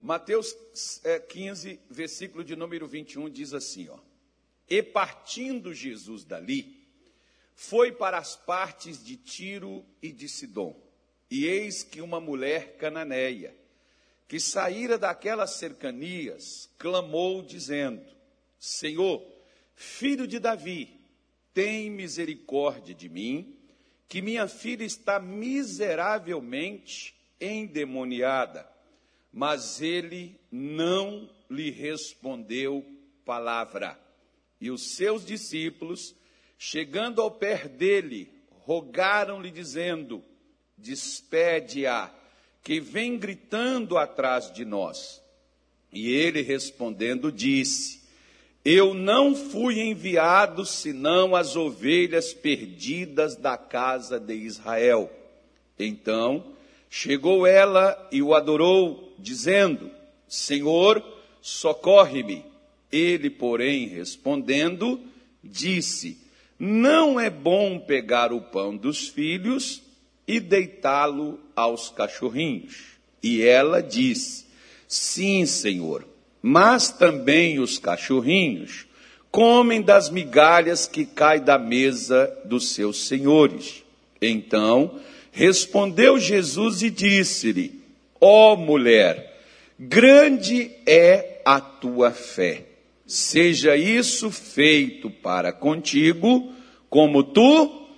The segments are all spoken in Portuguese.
Mateus 15, versículo de número 21, diz assim, ó. E partindo Jesus dali, foi para as partes de Tiro e de Sidom. E eis que uma mulher cananeia, que saíra daquelas cercanias, clamou dizendo, Senhor, filho de Davi, tem misericórdia de mim, que minha filha está miseravelmente endemoniada. Mas ele não lhe respondeu palavra. E os seus discípulos, chegando ao pé dele, rogaram-lhe, dizendo, despede-a, que vem gritando atrás de nós. E ele respondendo disse, eu não fui enviado senão as ovelhas perdidas da casa de Israel. Então chegou ela e o adorou, dizendo, Senhor, socorre-me. Ele, porém, respondendo, disse, não é bom pegar o pão dos filhos e deitá-lo aos cachorrinhos. E ela disse, sim, Senhor, mas também os cachorrinhos comem das migalhas que caem da mesa dos seus senhores. Então respondeu Jesus e disse-lhe, ó mulher, grande é a tua fé. Seja isso feito para contigo, como tu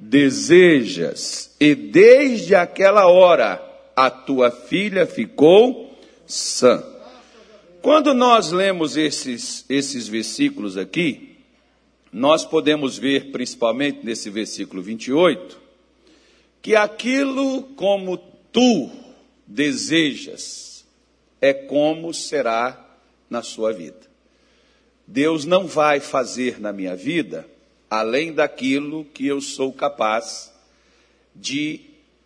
desejas. E desde aquela hora, a tua filha ficou sã. Quando nós lemos esses versículos aqui, nós podemos ver, principalmente nesse versículo 28, que aquilo como tu desejas é como será na sua vida. Deus não vai fazer na minha vida além daquilo que eu sou capaz de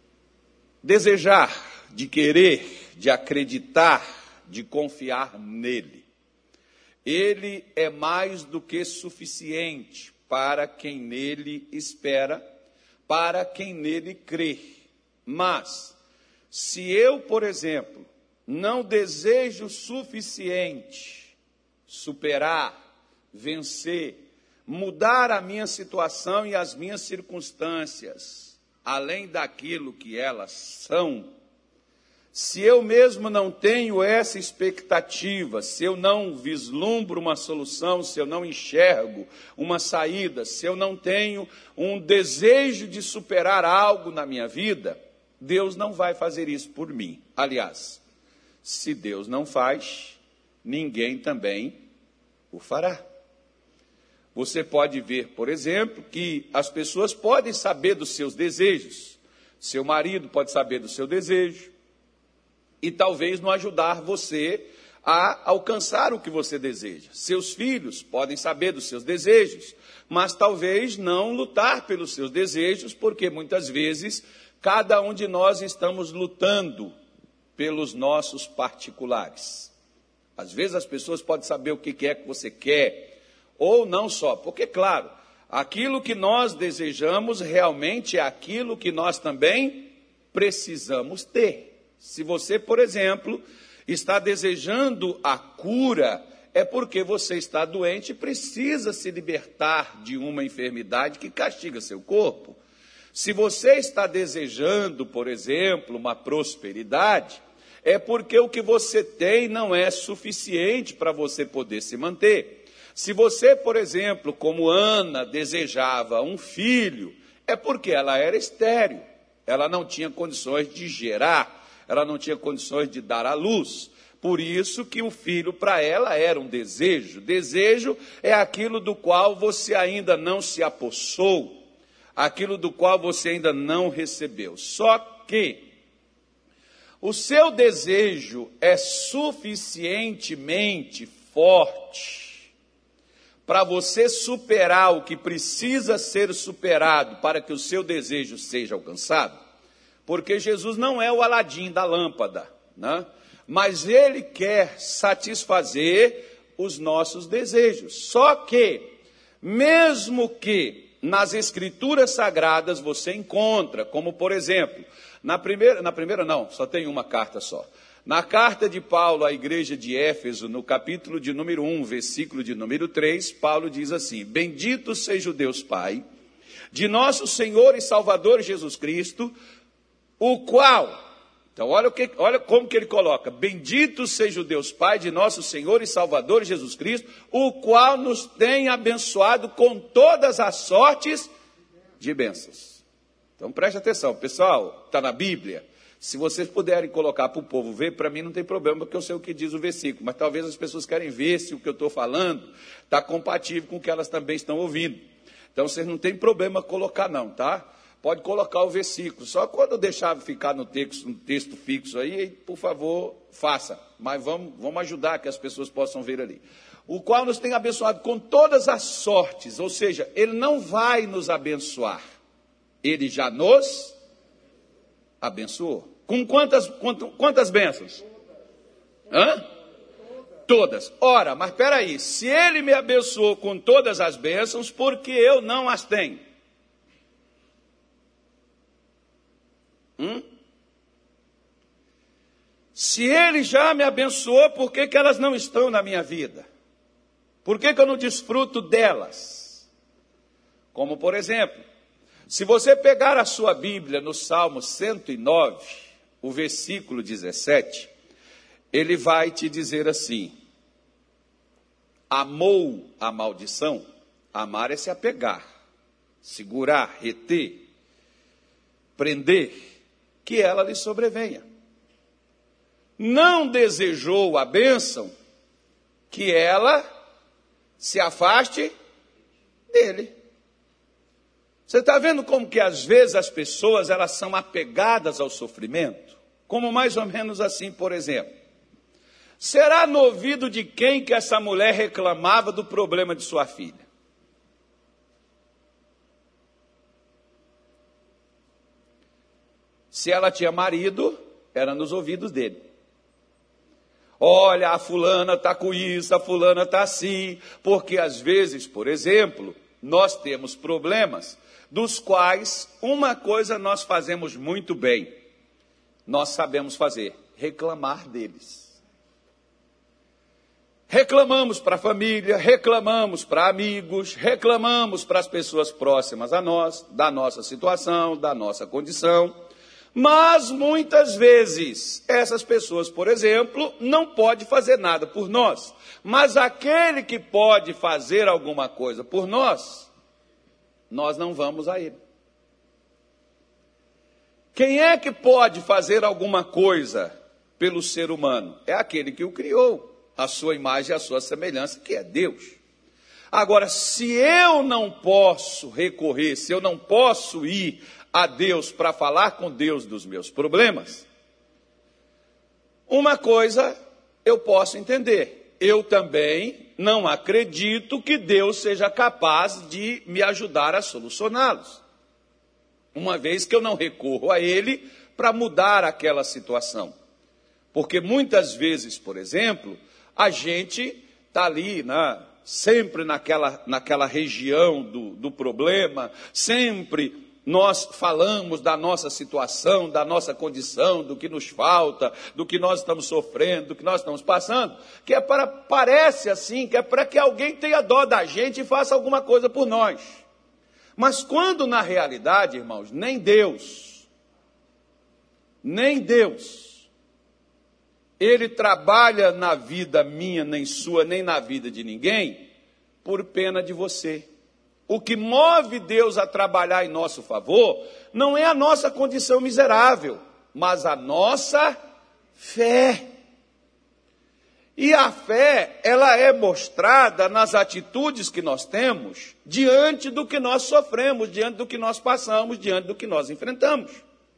desejar, de querer, de acreditar, de confiar nele. Ele é mais do que suficiente para quem nele espera, para quem nele crê. Mas, se eu, por exemplo, não desejo o suficiente superar, vencer, mudar a minha situação e as minhas circunstâncias, além daquilo que elas são, se eu mesmo não tenho essa expectativa, se eu não vislumbro uma solução, se eu não enxergo uma saída, se eu não tenho um desejo de superar algo na minha vida, Deus não vai fazer isso por mim. Aliás, se Deus não faz, ninguém também o fará. Você pode ver, por exemplo, que as pessoas podem saber dos seus desejos. Seu marido pode saber do seu desejo e talvez não ajudar você a alcançar o que você deseja. Seus filhos podem saber dos seus desejos, mas talvez não lutar pelos seus desejos, porque muitas vezes cada um de nós estamos lutando pelos nossos particulares. Às vezes as pessoas podem saber o que é que você quer, ou não só, porque, claro, aquilo que nós desejamos realmente é aquilo que nós também precisamos ter. Se você, por exemplo, está desejando a cura, é porque você está doente e precisa se libertar de uma enfermidade que castiga seu corpo. Se você está desejando, por exemplo, uma prosperidade, é porque o que você tem não é suficiente para você poder se manter. Se você, por exemplo, como Ana, desejava um filho, é porque ela era estéril, ela não tinha condições de gerar, ela não tinha condições de dar à luz. Por isso que o filho para ela era um desejo. Desejo é aquilo do qual você ainda não se apossou, aquilo do qual você ainda não recebeu. Só que o seu desejo é suficientemente forte para você superar o que precisa ser superado para que o seu desejo seja alcançado, porque Jesus não é o Aladim da lâmpada, né? Mas ele quer satisfazer os nossos desejos. Só que, mesmo que nas Escrituras Sagradas você encontra, como por exemplo, na primeira não, só tem uma carta só. Na carta de Paulo à igreja de Éfeso, no capítulo de número 1, versículo de número 3, Paulo diz assim: bendito seja o Deus Pai, de nosso Senhor e Salvador Jesus Cristo, o qual... Então, olha como que ele coloca: bendito seja o Deus Pai de nosso Senhor e Salvador Jesus Cristo, o qual nos tem abençoado com todas as sortes de bênçãos. Então, preste atenção, pessoal, está na Bíblia. Se vocês puderem colocar para o povo ver, para mim não tem problema, porque eu sei o que diz o versículo, mas talvez as pessoas querem ver se o que eu estou falando está compatível com o que elas também estão ouvindo. Então, vocês não tem problema colocar não, tá? Pode colocar o versículo, só quando eu deixar ficar no texto fixo aí, por favor, faça. Mas vamos ajudar que as pessoas possam ver ali. O qual nos tem abençoado com todas as sortes, ou seja, ele não vai nos abençoar, ele já nos abençoou. Com quantas bênçãos? Hã? Todas. Ora, mas espera aí, se ele me abençoou com todas as bênçãos, por que eu não as tenho? Se ele já me abençoou, por que elas não estão na minha vida? Por que eu não desfruto delas? Como, por exemplo, se você pegar a sua Bíblia no Salmo 109, o versículo 17, ele vai te dizer assim: amou a maldição. Amar é se apegar, segurar, reter, prender, que ela lhe sobrevenha. Não desejou a bênção, que ela se afaste dele. Você está vendo como que às vezes as pessoas elas são apegadas ao sofrimento? Como mais ou menos assim, por exemplo. Será no ouvido de quem que essa mulher reclamava do problema de sua filha? Se ela tinha marido, era nos ouvidos dele. Olha, a fulana está com isso, a fulana está assim. Porque às vezes, por exemplo, nós temos problemas dos quais uma coisa nós fazemos muito bem. Nós sabemos fazer, reclamar deles. Reclamamos para a família, reclamamos para amigos, reclamamos para as pessoas próximas a nós, da nossa situação, da nossa condição. Mas muitas vezes essas pessoas, por exemplo, não podem fazer nada por nós. Mas aquele que pode fazer alguma coisa por nós, nós não vamos a ele. Quem é que pode fazer alguma coisa pelo ser humano? É aquele que o criou, a sua imagem e a sua semelhança, que é Deus. Agora, se eu não posso recorrer, se eu não posso ir a Deus para falar com Deus dos meus problemas, uma coisa eu posso entender: eu também não acredito que Deus seja capaz de me ajudar a solucioná-los, uma vez que eu não recorro a Ele para mudar aquela situação. Porque muitas vezes, por exemplo, a gente está ali, sempre naquela região do problema, sempre nós falamos da nossa situação, da nossa condição, do que nos falta, do que nós estamos sofrendo, do que nós estamos passando, que parece assim, que é para que alguém tenha dó da gente e faça alguma coisa por nós. Mas quando na realidade, irmãos, nem Deus, Ele trabalha na vida minha, nem sua, nem na vida de ninguém, por pena de você. O que move Deus a trabalhar em nosso favor não é a nossa condição miserável, mas a nossa fé. E a fé, ela é mostrada nas atitudes que nós temos diante do que nós sofremos, diante do que nós passamos, diante do que nós enfrentamos.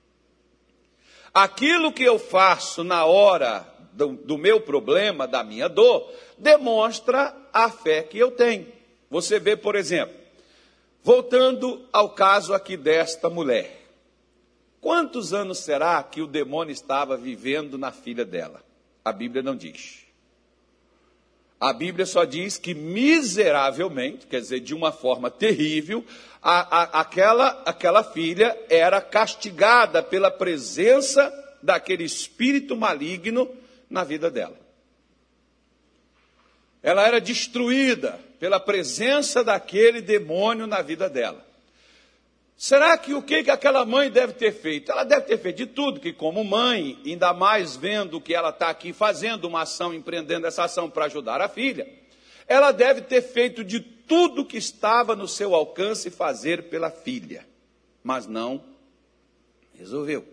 Aquilo que eu faço na hora do meu problema, da minha dor, demonstra a fé que eu tenho. Você vê, por exemplo, voltando ao caso aqui desta mulher. Quantos anos será que o demônio estava vivendo na filha dela? A Bíblia não diz. A Bíblia só diz que miseravelmente, quer dizer, de uma forma terrível, aquela filha era castigada pela presença daquele espírito maligno na vida dela. Ela era destruída pela presença daquele demônio na vida dela. Será que o que aquela mãe deve ter feito? Ela deve ter feito de tudo, que como mãe, ainda mais vendo que ela está aqui fazendo uma ação, empreendendo essa ação para ajudar a filha, ela deve ter feito de tudo que estava no seu alcance fazer pela filha. Mas não resolveu.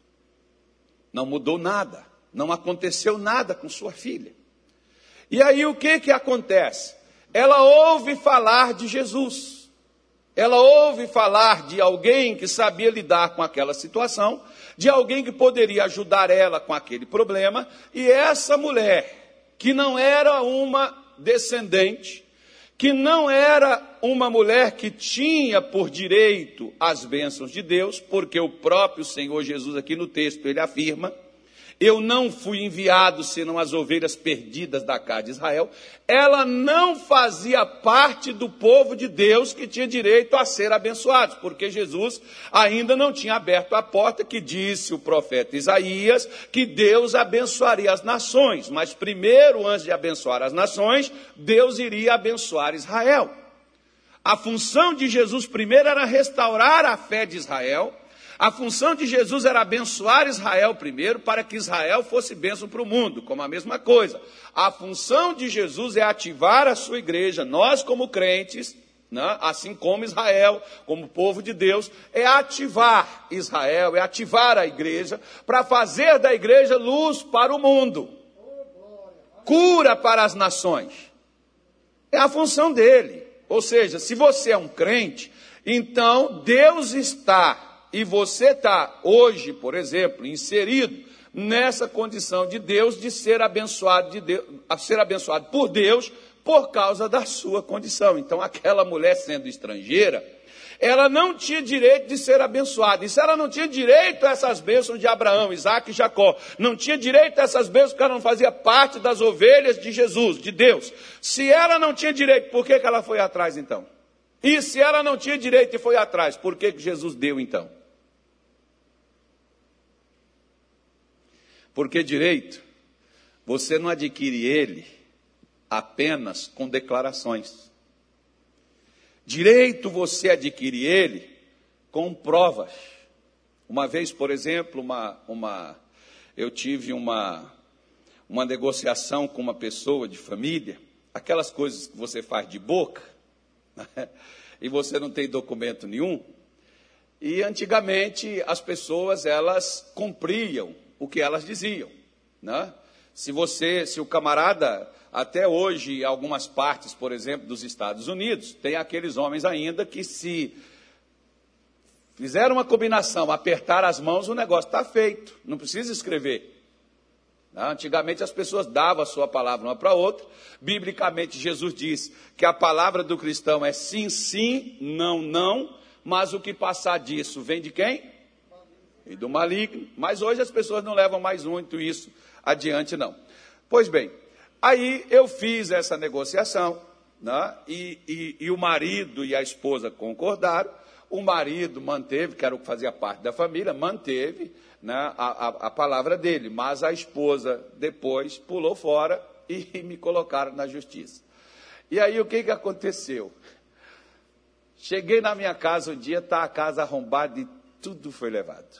Não mudou nada. Não aconteceu nada com sua filha. E aí o que acontece? Ela ouve falar de Jesus. Ela ouve falar de alguém que sabia lidar com aquela situação, de alguém que poderia ajudar ela com aquele problema, e essa mulher, que não era uma descendente, que não era uma mulher que tinha por direito as bênçãos de Deus, porque o próprio Senhor Jesus aqui no texto, ele afirma, eu não fui enviado senão as ovelhas perdidas da casa de Israel. Ela não fazia parte do povo de Deus que tinha direito a ser abençoados, porque Jesus ainda não tinha aberto a porta que disse o profeta Isaías que Deus abençoaria as nações. Mas primeiro, antes de abençoar as nações, Deus iria abençoar Israel. A função de Jesus primeiro era restaurar a fé de Israel. A função de Jesus era abençoar Israel primeiro, para que Israel fosse bênção para o mundo, como a mesma coisa. A função de Jesus é ativar a sua igreja, nós como crentes, né, assim como Israel, como povo de Deus, é ativar Israel, é ativar a igreja, para fazer da igreja luz para o mundo, cura para as nações. É a função dele. Ou seja, se você é um crente, então Deus está... E você está hoje, por exemplo, inserido nessa condição de Deus, de ser abençoado, por Deus, por causa da sua condição. Então, aquela mulher sendo estrangeira, ela não tinha direito de ser abençoada. E se ela não tinha direito a essas bênçãos de Abraão, Isaac e Jacó, não tinha direito a essas bênçãos porque ela não fazia parte das ovelhas de Jesus, de Deus. Se ela não tinha direito, por que ela foi atrás então? E se ela não tinha direito e foi atrás, por que Jesus deu então? Porque direito, você não adquire ele apenas com declarações. Direito você adquire ele com provas. Uma vez, por exemplo, eu tive uma negociação com uma pessoa de família, aquelas coisas que você faz de boca, né? E você não tem documento nenhum. E antigamente as pessoas, elas cumpriam o que elas diziam, né? Se o camarada, até hoje, em algumas partes, por exemplo, dos Estados Unidos, tem aqueles homens ainda que se fizeram uma combinação, apertar as mãos, o negócio está feito, não precisa escrever. Antigamente as pessoas davam a sua palavra uma para a outra. Biblicamente Jesus diz que a palavra do cristão é sim, sim, não, não, mas o que passar disso vem de quem? E do maligno. Mas hoje as pessoas não levam mais muito isso adiante, não. Pois bem, aí eu fiz essa negociação, né? E o marido e a esposa concordaram. O marido manteve, que era o que fazia parte da família, manteve, né, a palavra dele, mas a esposa depois pulou fora e me colocaram na justiça. E aí o que aconteceu? Cheguei na minha casa um dia, está a casa arrombada e tudo foi levado.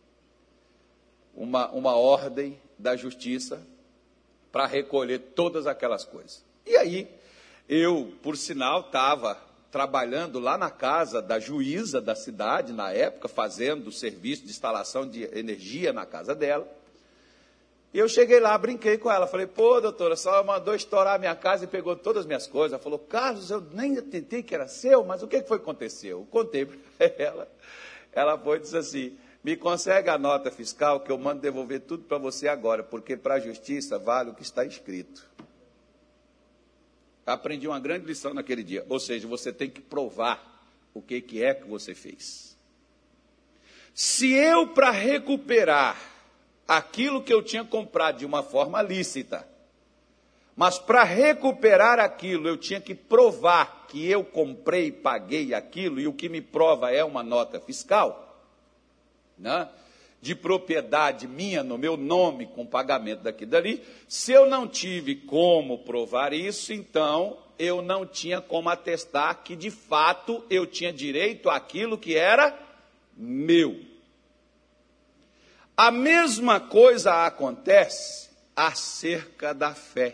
Uma ordem da justiça para recolher todas aquelas coisas. E aí, eu, por sinal, estava trabalhando lá na casa da juíza da cidade, na época, fazendo serviço de instalação de energia na casa dela. E eu cheguei lá, brinquei com ela, falei, pô, doutora, só mandou estourar a minha casa e pegou todas as minhas coisas. Ela falou, Carlos, eu nem tentei que era seu, mas o que foi que aconteceu? Eu contei para ela. Ela foi e disse assim, me consegue a nota fiscal que eu mando devolver tudo para você agora, porque para a justiça vale o que está escrito. Aprendi uma grande lição naquele dia, ou seja, você tem que provar o que é que você fez. Se eu, para recuperar aquilo que eu tinha comprado de uma forma lícita, mas para recuperar aquilo eu tinha que provar que eu comprei e paguei aquilo, e o que me prova é uma nota fiscal, né? de propriedade minha, no meu nome, com pagamento daqui e dali. Se eu não tive como provar isso, então eu não tinha como atestar que, de fato, eu tinha direito àquilo que era meu. A mesma coisa acontece acerca da fé.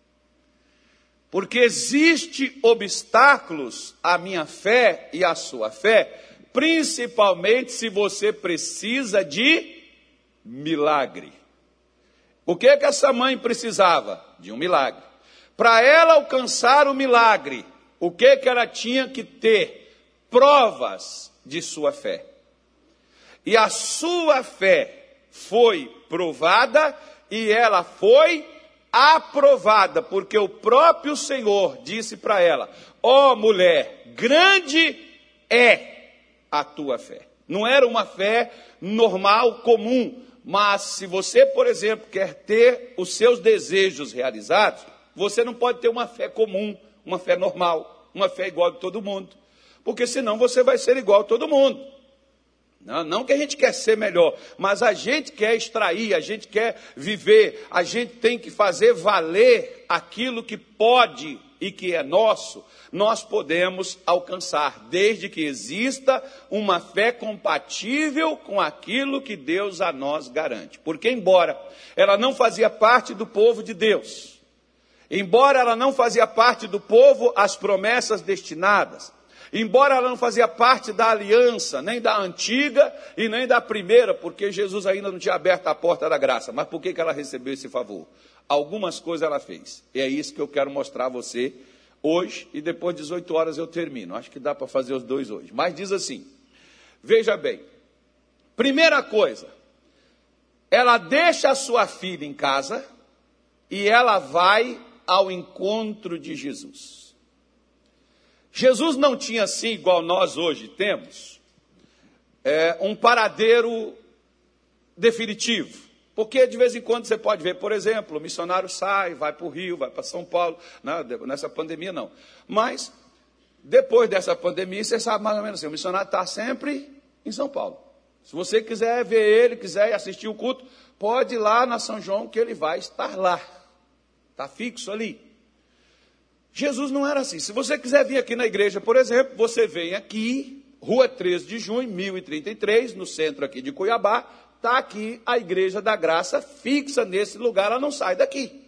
Porque existem obstáculos à minha fé e à sua fé, principalmente se você precisa de milagre. O que que essa mãe precisava? De um milagre. Para ela alcançar o milagre, o que que ela tinha que ter? Provas de sua fé. E a sua fé foi provada e ela foi aprovada, porque o próprio Senhor disse para ela: ó mulher, grande é a tua fé. Não era uma fé normal, comum, mas se você, por exemplo, quer ter os seus desejos realizados, você não pode ter uma fé comum, uma fé normal, uma fé igual a todo mundo, porque senão você vai ser igual a todo mundo. Não que a gente quer ser melhor, mas a gente quer extrair, a gente quer viver, a gente tem que fazer valer aquilo que pode e que é nosso, nós podemos alcançar, desde que exista uma fé compatível com aquilo que Deus a nós garante. Porque embora ela não fazia parte do povo de Deus, embora ela não fazia parte do povo às promessas destinadas, embora ela não fazia parte da aliança, nem da antiga e nem da primeira, porque Jesus ainda não tinha aberto a porta da graça. Mas por que ela recebeu esse favor? Algumas coisas ela fez. E é isso que eu quero mostrar a você hoje, e depois de 18 horas eu termino. Acho que dá para fazer os dois hoje. Mas diz assim, veja bem, primeira coisa, ela deixa a sua filha em casa e ela vai ao encontro de Jesus. Jesus não tinha assim, igual nós hoje temos, um paradeiro definitivo. Porque de vez em quando você pode ver, por exemplo, o missionário sai, vai para o Rio, vai para São Paulo, nessa pandemia não. Mas, depois dessa pandemia, você sabe mais ou menos assim, o missionário está sempre em São Paulo. Se você quiser ver ele, quiser assistir o culto, pode ir lá na São João que ele vai estar lá. Está fixo ali. Jesus não era assim. Se você quiser vir aqui na igreja, por exemplo, você vem aqui, Rua 13 de Junho, 1033, no centro aqui de Cuiabá, está aqui a Igreja da Graça, fixa nesse lugar, ela não sai daqui.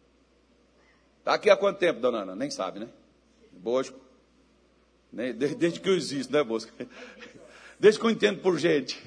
Está aqui há quanto tempo, dona Ana? Nem sabe, né? Bosco. Desde que eu existo, né, Bosco? Desde que eu entendo por gente.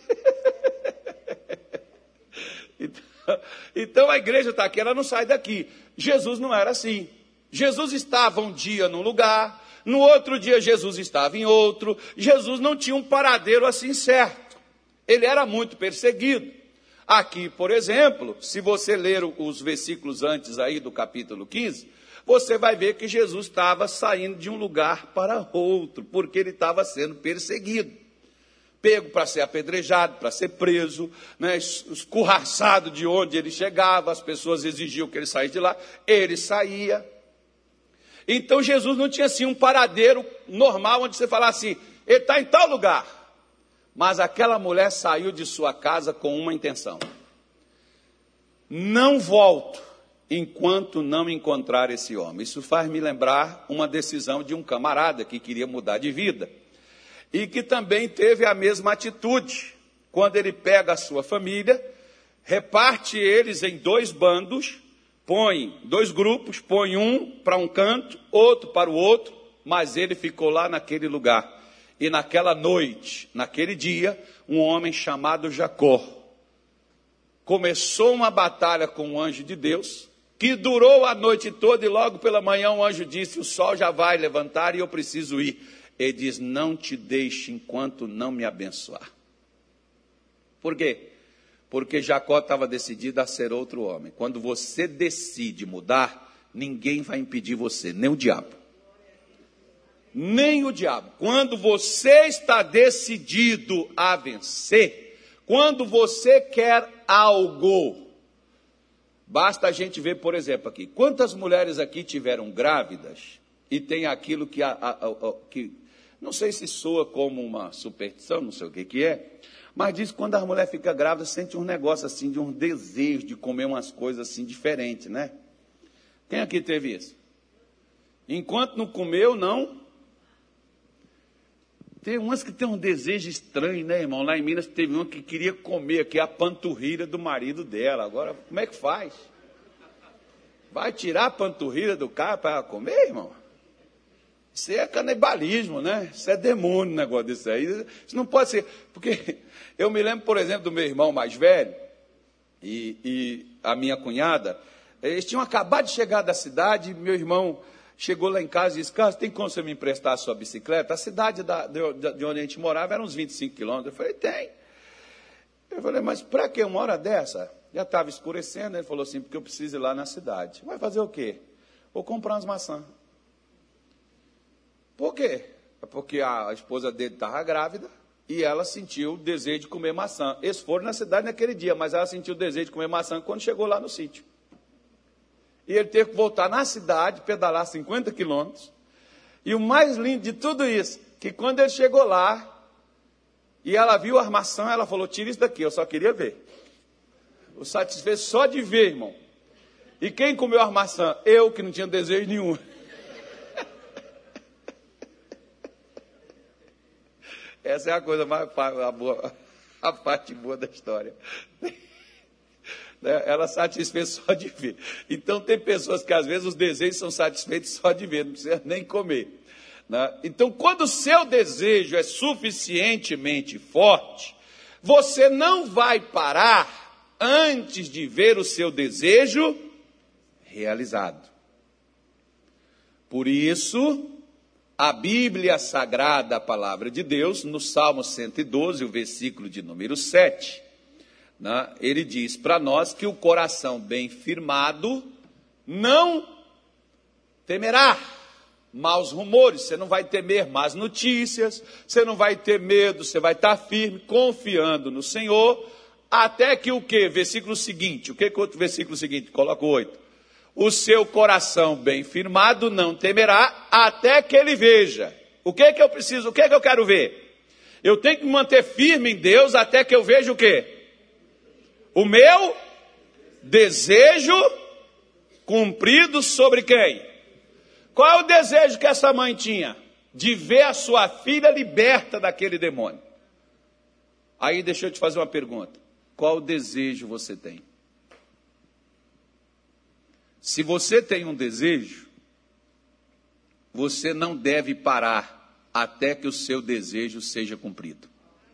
Então a igreja está aqui, ela não sai daqui. Jesus não era assim. Jesus estava um dia num lugar, no outro dia Jesus estava em outro. Jesus não tinha um paradeiro assim certo. Ele era muito perseguido. Aqui, por exemplo, se você ler os versículos antes aí do capítulo 15, você vai ver que Jesus estava saindo de um lugar para outro, porque ele estava sendo perseguido. Pego para ser apedrejado, para ser preso, né, escorraçado de onde ele chegava, as pessoas exigiam que ele saísse de lá, ele saía. Então Jesus não tinha assim um paradeiro normal, onde você falasse assim, ele está em tal lugar. Mas aquela mulher saiu de sua casa com uma intenção: não volto enquanto não encontrar esse homem. Isso faz me lembrar uma decisão de um camarada que queria mudar de vida e que também teve a mesma atitude, quando ele pega a sua família, reparte eles em dois bandos, põe dois grupos, põe um para um canto, outro para o outro, mas ele ficou lá naquele lugar. E naquela noite, naquele dia, um homem chamado Jacó começou uma batalha com o anjo de Deus, que durou a noite toda, e logo pela manhã o anjo disse, o sol já vai levantar e eu preciso ir. Ele diz, não te deixe enquanto não me abençoar. Por quê? Porque Jacó estava decidido a ser outro homem. Quando você decide mudar, ninguém vai impedir você, nem o diabo. Nem o diabo. Quando você está decidido a vencer, quando você quer algo, basta a gente ver, por exemplo, aqui, quantas mulheres aqui tiveram grávidas e tem aquilo que não sei se soa como uma superstição, não sei o que é, Mas diz que quando a mulher fica grávida, sente um negócio assim, de um desejo de comer umas coisas assim diferentes, né? Quem aqui teve isso? Enquanto não comeu, não. Tem umas que tem um desejo estranho, né, irmão? Lá em Minas teve uma que queria comer aqui a panturrilha do marido dela. Agora, como é que faz? Vai tirar a panturrilha do cara para comer, irmão? Isso é canibalismo, né? Isso é demônio, o negócio disso aí. Isso não pode ser. Porque eu me lembro, por exemplo, do meu irmão mais velho e a minha cunhada. Eles tinham acabado de chegar da cidade. Meu irmão chegou lá em casa e disse: Carlos, tem como você me emprestar a sua bicicleta? A cidade de onde a gente morava era uns 25 quilômetros. Eu falei: tem. Eu falei: mas para que uma hora dessa? Já estava escurecendo. Ele falou assim: porque eu preciso ir lá na cidade. Vai fazer o quê? Vou comprar umas maçãs. Por quê? Porque a esposa dele estava grávida e ela sentiu o desejo de comer maçã. Eles foram na cidade naquele dia, mas ela sentiu o desejo de comer maçã quando chegou lá no sítio. E ele teve que voltar na cidade, pedalar 50 quilômetros. E o mais lindo de tudo isso, que quando ele chegou lá e ela viu a maçã, ela falou: tira isso daqui, eu só queria ver. O satisfez só de ver, irmão. E quem comeu a maçã? Eu, que não tinha desejo nenhum. Essa é a coisa mais a parte boa da história. Ela satisfez só de ver. Então tem pessoas que às vezes os desejos são satisfeitos só de ver, não precisa nem comer. Então quando o seu desejo é suficientemente forte, você não vai parar antes de ver o seu desejo realizado. Por isso, a Bíblia Sagrada, a Palavra de Deus, no Salmo 112, o versículo de número 7, ele diz para nós que o coração bem firmado não temerá maus rumores. Você não vai temer más notícias, você não vai ter medo, você vai estar firme, confiando no Senhor, até que o quê? Versículo seguinte, o que é o outro versículo seguinte? Coloca o 8. O seu coração bem firmado não temerá até que ele veja. O que é que eu preciso? O que é que eu quero ver? Eu tenho que me manter firme em Deus até que eu veja o quê? O meu desejo cumprido sobre quem? Qual é o desejo que essa mãe tinha? De ver a sua filha liberta daquele demônio. Aí deixa eu te fazer uma pergunta. Qual desejo você tem? Se você tem um desejo, você não deve parar até que o seu desejo seja cumprido.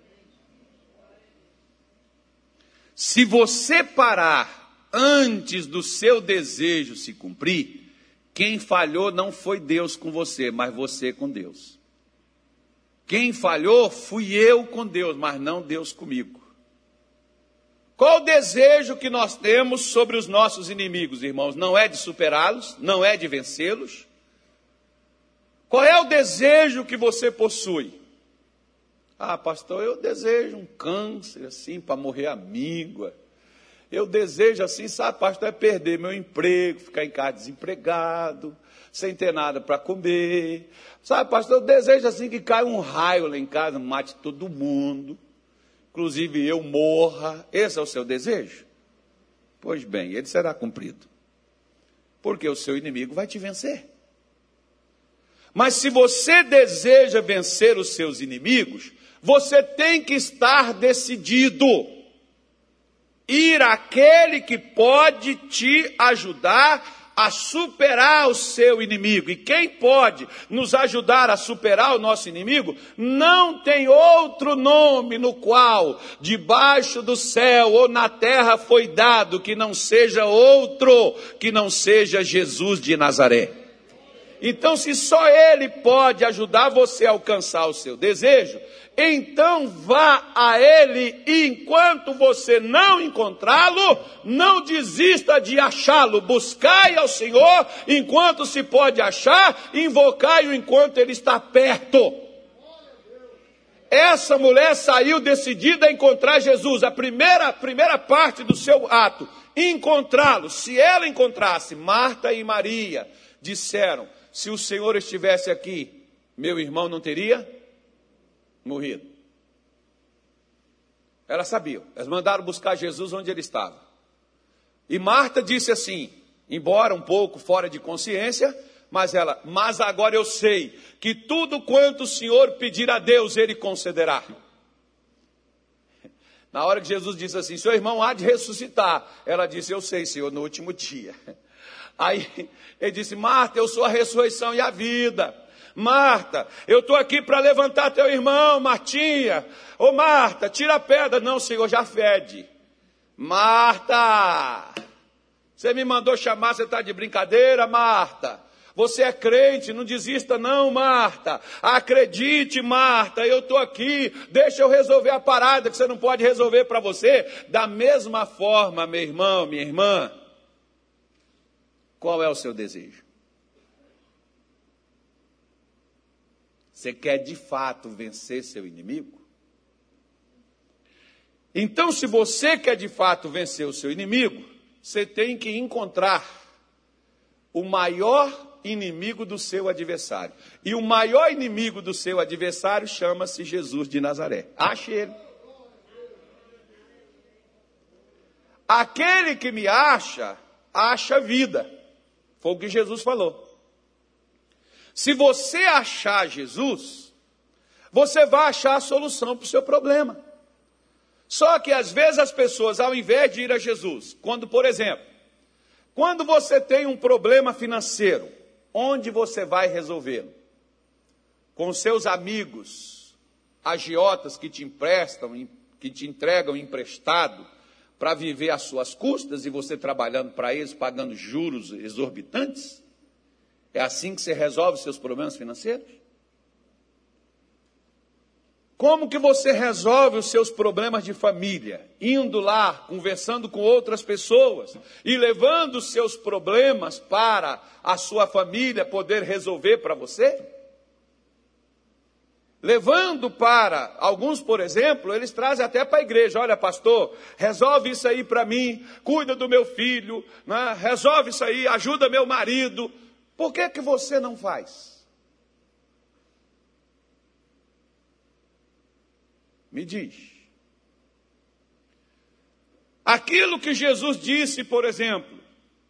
Se você parar antes do seu desejo se cumprir, quem falhou não foi Deus com você, mas você com Deus. Quem falhou fui eu com Deus, mas não Deus comigo. Qual o desejo que nós temos sobre os nossos inimigos, irmãos? Não é de superá-los, não é de vencê-los. Qual é o desejo que você possui? Ah, pastor, eu desejo um câncer assim para morrer amigo. Eu desejo assim, sabe, pastor, é perder meu emprego, ficar em casa desempregado, sem ter nada para comer. Sabe, pastor, eu desejo assim que caia um raio lá em casa, mate todo mundo. Inclusive eu morra. Esse é o seu desejo? Pois bem, ele será cumprido. Porque o seu inimigo vai te vencer. Mas se você deseja vencer os seus inimigos, você tem que estar decidido. Ir àquele que pode te ajudar a superar o seu inimigo. E quem pode nos ajudar a superar o nosso inimigo, não tem outro nome no qual, debaixo do céu ou na terra foi dado, que não seja outro, que não seja Jesus de Nazaré. Então, se só Ele pode ajudar você a alcançar o seu desejo, então vá a Ele e enquanto você não encontrá-lo, não desista de achá-lo. Buscai ao Senhor enquanto se pode achar, invocai-o enquanto Ele está perto. Essa mulher saiu decidida a encontrar Jesus. A primeira parte do seu ato, encontrá-lo. Se ela encontrasse, Marta e Maria disseram: se o Senhor estivesse aqui, meu irmão não teria morrido. Elas sabiam. Elas mandaram buscar Jesus onde ele estava. E Marta disse assim, embora um pouco fora de consciência, mas agora eu sei que tudo quanto o Senhor pedir a Deus, Ele concederá. Na hora que Jesus disse assim, seu irmão há de ressuscitar, ela disse, eu sei, Senhor, no último dia. Aí ele disse, Marta, eu sou a ressurreição e a vida. Marta, eu estou aqui para levantar teu irmão, Martinha. Ô Marta, tira a pedra. Não, Senhor, já fede. Marta, você me mandou chamar, você está de brincadeira, Marta? Você é crente, não desista não, Marta. Acredite, Marta, eu estou aqui, deixa eu resolver a parada que você não pode resolver para você. Da mesma forma, meu irmão, minha irmã, qual é o seu desejo? Você quer de fato vencer seu inimigo? Então, se você quer de fato vencer o seu inimigo, você tem que encontrar o maior inimigo do seu adversário. E o maior inimigo do seu adversário chama-se Jesus de Nazaré. Ache ele. Aquele que me acha, acha vida. Foi o que Jesus falou. Se você achar Jesus, você vai achar a solução para o seu problema. Só que às vezes as pessoas, ao invés de ir a Jesus, por exemplo, quando você tem um problema financeiro, onde você vai resolvê-lo? Com os seus amigos, agiotas que te emprestam, que te entregam emprestado para viver às suas custas e você trabalhando para eles, pagando juros exorbitantes? É assim que você resolve seus problemas financeiros? Como que você resolve os seus problemas de família? Indo lá, conversando com outras pessoas e levando os seus problemas para a sua família poder resolver para você? Levando para, alguns, por exemplo, eles trazem até para a igreja. Olha, pastor, resolve isso aí para mim, cuida do meu filho, né? Resolve isso aí, ajuda meu marido. Por que que você não faz? Me diz. Aquilo que Jesus disse, por exemplo,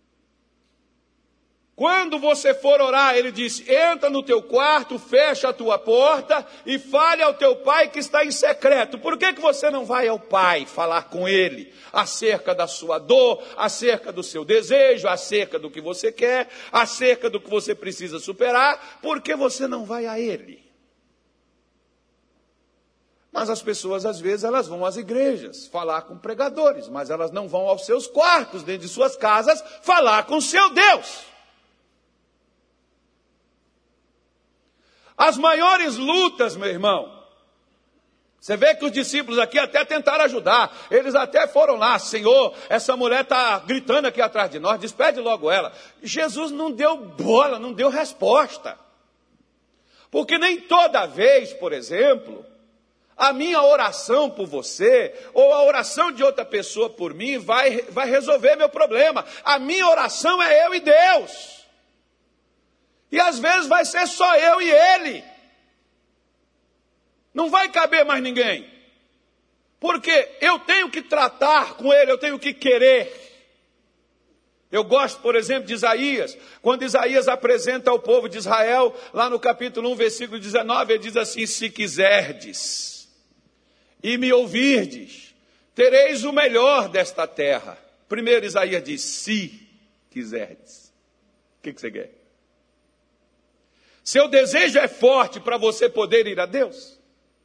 quando você for orar, ele disse, entra no teu quarto, fecha a tua porta e fale ao teu pai que está em secreto. Por que que você não vai ao pai falar com ele acerca da sua dor, acerca do seu desejo, acerca do que você quer, acerca do que você precisa superar? Por que você não vai a ele? Mas as pessoas, às vezes, elas vão às igrejas falar com pregadores, mas elas não vão aos seus quartos, dentro de suas casas, falar com seu Deus. As maiores lutas, meu irmão, você vê que os discípulos aqui até tentaram ajudar, eles até foram lá, Senhor, essa mulher está gritando aqui atrás de nós, despede logo ela. Jesus não deu bola, não deu resposta. Porque nem toda vez, por exemplo, a minha oração por você, ou a oração de outra pessoa por mim, vai resolver meu problema. A minha oração é eu e Deus. E às vezes vai ser só eu e ele. Não vai caber mais ninguém. Porque eu tenho que tratar com ele, eu tenho que querer. Eu gosto, por exemplo, de Isaías. Quando Isaías apresenta ao povo de Israel, lá no capítulo 1, versículo 19, ele diz assim, se quiserdes e me ouvirdes, tereis o melhor desta terra. Primeiro Isaías diz, se quiserdes. O que você quer? Seu desejo é forte para você poder ir a Deus?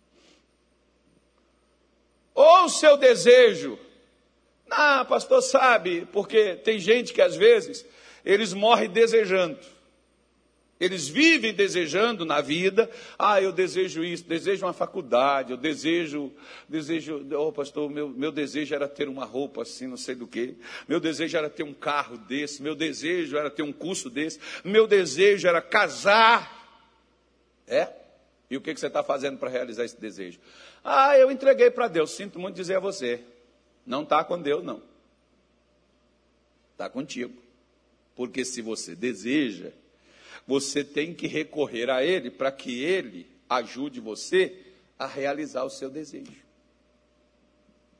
Ou o seu desejo, pastor, sabe, porque tem gente que às vezes, eles morrem desejando. Eles vivem desejando na vida, eu desejo isso, desejo uma faculdade, eu desejo, pastor, meu desejo era ter uma roupa assim, não sei do que, meu desejo era ter um carro desse, meu desejo era ter um curso desse, meu desejo era casar. E o que você está fazendo para realizar esse desejo? Eu entreguei para Deus, sinto muito dizer a você, não está com Deus não, está contigo, porque se você deseja, você tem que recorrer a Ele para que Ele ajude você a realizar o seu desejo.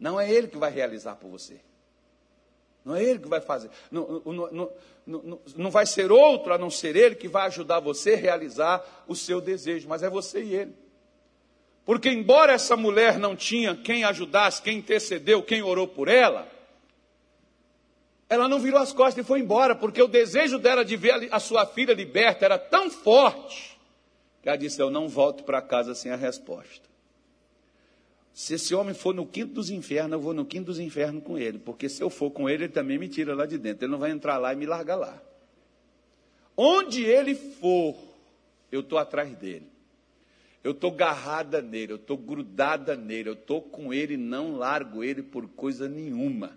Não é Ele que vai realizar por você. Não é Ele que vai fazer. Não vai ser outro a não ser Ele que vai ajudar você a realizar o seu desejo. Mas é você e Ele. Porque embora essa mulher não tinha quem ajudasse, quem intercedeu, quem orou por ela, ela não virou as costas e foi embora. Porque o desejo dela de ver a sua filha liberta era tão forte, que ela disse, eu não volto para casa sem a resposta. Se esse homem for no quinto dos infernos, eu vou no quinto dos infernos com ele. Porque se eu for com ele, ele também me tira lá de dentro. Ele não vai entrar lá e me largar lá. Onde ele for, eu estou atrás dele. Eu estou agarrada nele, eu estou grudada nele. Eu estou com ele e não largo ele por coisa nenhuma.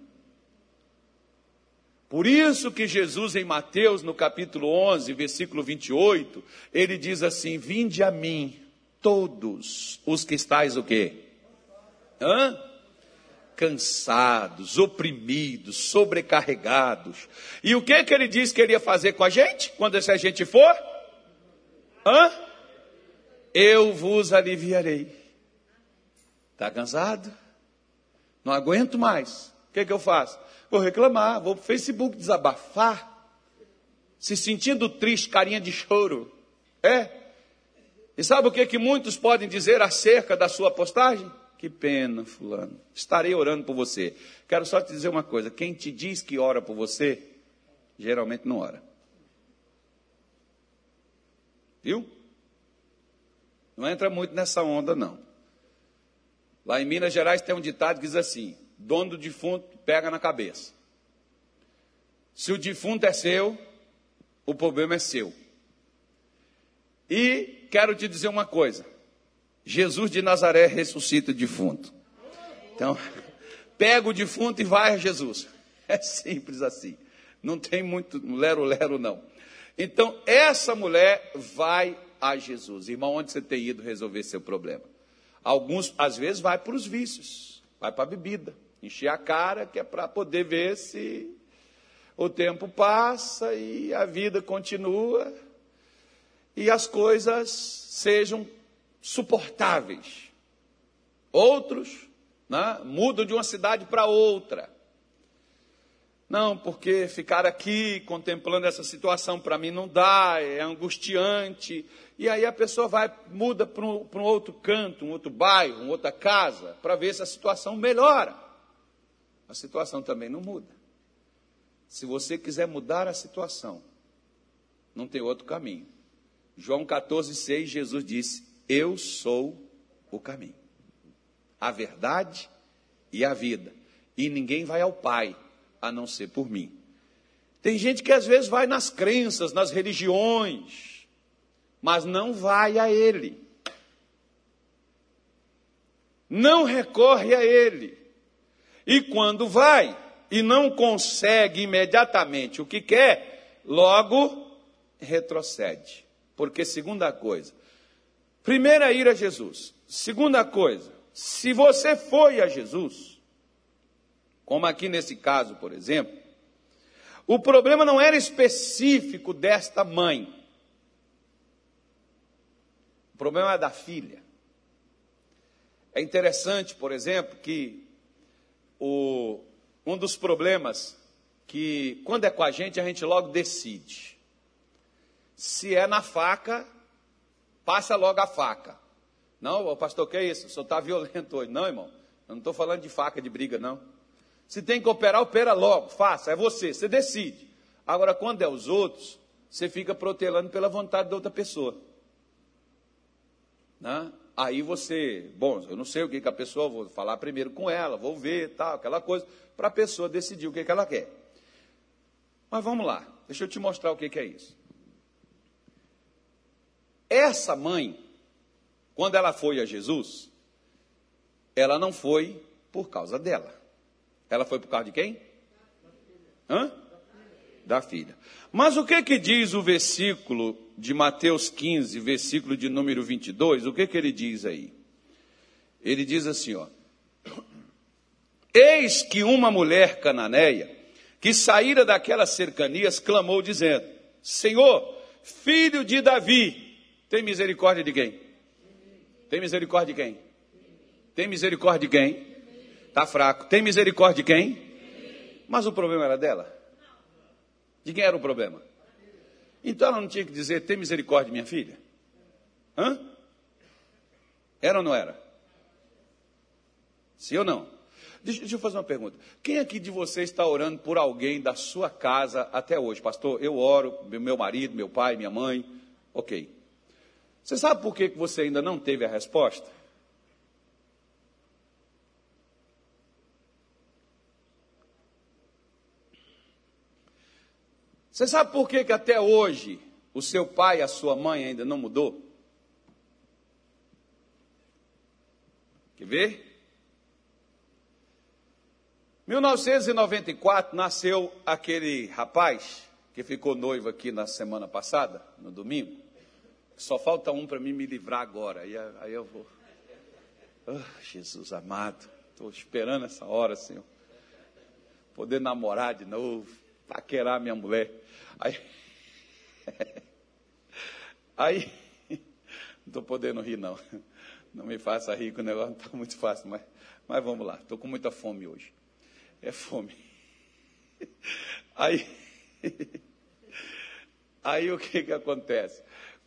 Por isso que Jesus, em Mateus, no capítulo 11, versículo 28, ele diz assim, vinde a mim, todos os que estáis o quê? Cansados, oprimidos, sobrecarregados. E o que ele disse que ele ia fazer com a gente, quando essa gente for? Eu vos aliviarei. Está cansado? Não aguento mais. O que eu faço? Vou reclamar, vou para o Facebook desabafar, se sentindo triste, carinha de choro. E sabe o que muitos podem dizer acerca da sua postagem? Que pena, fulano. Estarei orando por você. Quero só te dizer uma coisa. Quem te diz que ora por você, geralmente não ora. Viu? Não entra muito nessa onda, não. Lá em Minas Gerais tem um ditado que diz assim, dono do defunto pega na cabeça. Se o defunto é seu, o problema é seu. E quero te dizer uma coisa. Jesus de Nazaré ressuscita o defunto. Então, pega o defunto e vai a Jesus. É simples assim. Não tem muito lero-lero, não. Então, essa mulher vai a Jesus. Irmão, onde você tem ido resolver seu problema? Alguns, às vezes, vai para os vícios. Vai para a bebida. Encher a cara, que é para poder ver se o tempo passa e a vida continua. E as coisas sejam suportáveis. Outros, né, mudam de uma cidade para outra. Não, porque ficar aqui contemplando essa situação para mim não dá, é angustiante. E aí a pessoa muda para um outro canto, um outro bairro, uma outra casa, para ver se a situação melhora. A situação também não muda. Se você quiser mudar a situação, não tem outro caminho. João 14,6, Jesus disse, eu sou o caminho, a verdade e a vida. E ninguém vai ao Pai, a não ser por mim. Tem gente que às vezes vai nas crenças, nas religiões, mas não vai a Ele. Não recorre a Ele. E quando vai e não consegue imediatamente o que quer, logo retrocede. Porque segunda coisa, primeiro é ir a Jesus. Segunda coisa, se você foi a Jesus, como aqui nesse caso, por exemplo, o problema não era específico desta mãe. O problema é da filha. É interessante, por exemplo, que um dos problemas que, quando é com a gente logo decide. Se é na faca, passa logo a faca. Não, o pastor, que é isso? O senhor está violento hoje. Não, irmão, eu não estou falando de faca, de briga, não. Se tem que operar, opera logo, faça, é você decide. Agora, quando é os outros, você fica protelando pela vontade da outra pessoa. Né? Aí você, eu não sei o que a pessoa, vou falar primeiro com ela, vou ver, tal, aquela coisa, para a pessoa decidir o que ela quer. Mas vamos lá, deixa eu te mostrar o que é isso. Essa mãe, quando ela foi a Jesus, ela não foi por causa dela. Ela foi por causa de quem? Da filha. Mas o que diz o versículo de Mateus 15, versículo de número 22? O que ele diz aí? Ele diz assim, eis que uma mulher cananeia, que saíra daquelas cercanias, clamou dizendo, Senhor, filho de Davi, tem misericórdia de quem? Tem misericórdia de quem? Tem misericórdia de quem? Está fraco. Tem misericórdia de quem? Mas o problema era dela? De quem era o problema? Então ela não tinha que dizer, tem misericórdia de minha filha? Hã? Era ou não era? Sim ou não? Deixa eu fazer uma pergunta. Quem aqui de vocês está orando por alguém da sua casa até hoje? Pastor, eu oro, meu marido, meu pai, minha mãe. Ok. Você sabe por que você ainda não teve a resposta? Você sabe por que até hoje o seu pai e a sua mãe ainda não mudou? Quer ver? 1994 nasceu aquele rapaz que ficou noivo aqui na semana passada, no domingo. Só falta um para mim me livrar agora. Aí eu vou. Oh, Jesus amado, estou esperando essa hora, Senhor. Poder namorar de novo, paquerar minha mulher. Aí não estou podendo rir, não. Não me faça rir, que o negócio não está muito fácil, mas vamos lá. Estou com muita fome hoje. É fome. Aí o que acontece?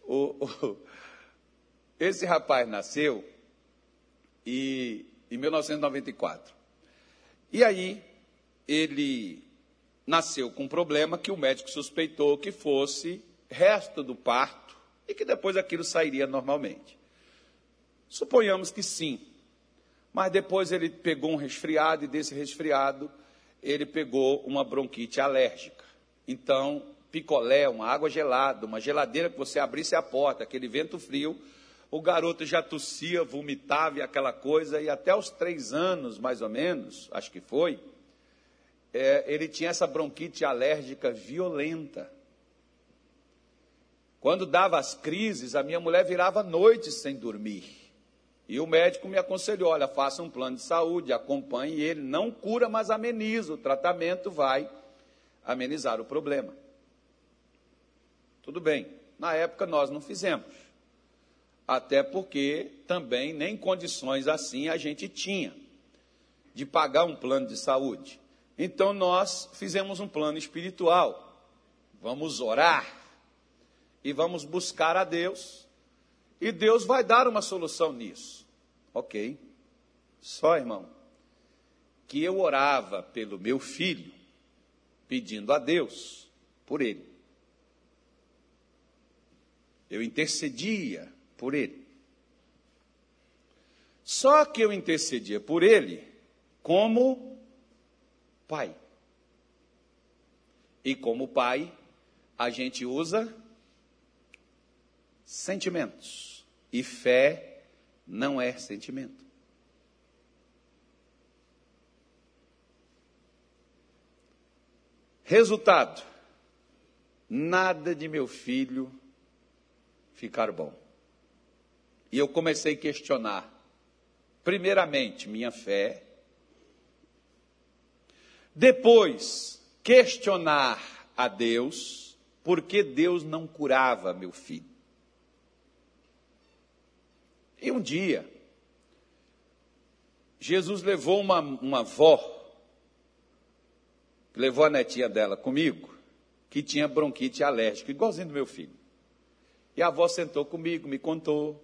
Esse rapaz nasceu em 1994. E aí ele nasceu com um problema que o médico suspeitou que fosse resto do parto e que depois aquilo sairia normalmente. Suponhamos que sim. Mas depois ele pegou um resfriado e desse resfriado ele pegou uma bronquite alérgica. Então, picolé, uma água gelada, uma geladeira que você abrisse a porta, aquele vento frio, o garoto já tossia, vomitava e aquela coisa, e até os 3 anos, mais ou menos, acho que foi, ele tinha essa bronquite alérgica violenta. Quando dava as crises, a minha mulher virava noites sem dormir. E o médico me aconselhou, olha, faça um plano de saúde, acompanhe ele, não cura, mas ameniza, o tratamento vai amenizar o problema. Tudo bem, na época nós não fizemos, até porque também nem condições assim a gente tinha de pagar um plano de saúde. Então nós fizemos um plano espiritual, vamos orar e vamos buscar a Deus. E Deus vai dar uma solução nisso. Ok. Só, irmão, que eu orava pelo meu filho, pedindo a Deus por ele. Eu intercedia por ele. Só que eu intercedia por ele como pai. E como pai, a gente usa sentimentos. E fé não é sentimento. Resultado: nada de meu filho ficar bom. E eu comecei a questionar, primeiramente, minha fé. Depois, questionar a Deus, porque Deus não curava meu filho. E um dia, Jesus levou uma avó, levou a netinha dela comigo, que tinha bronquite alérgica, igualzinho do meu filho. E a avó sentou comigo, me contou,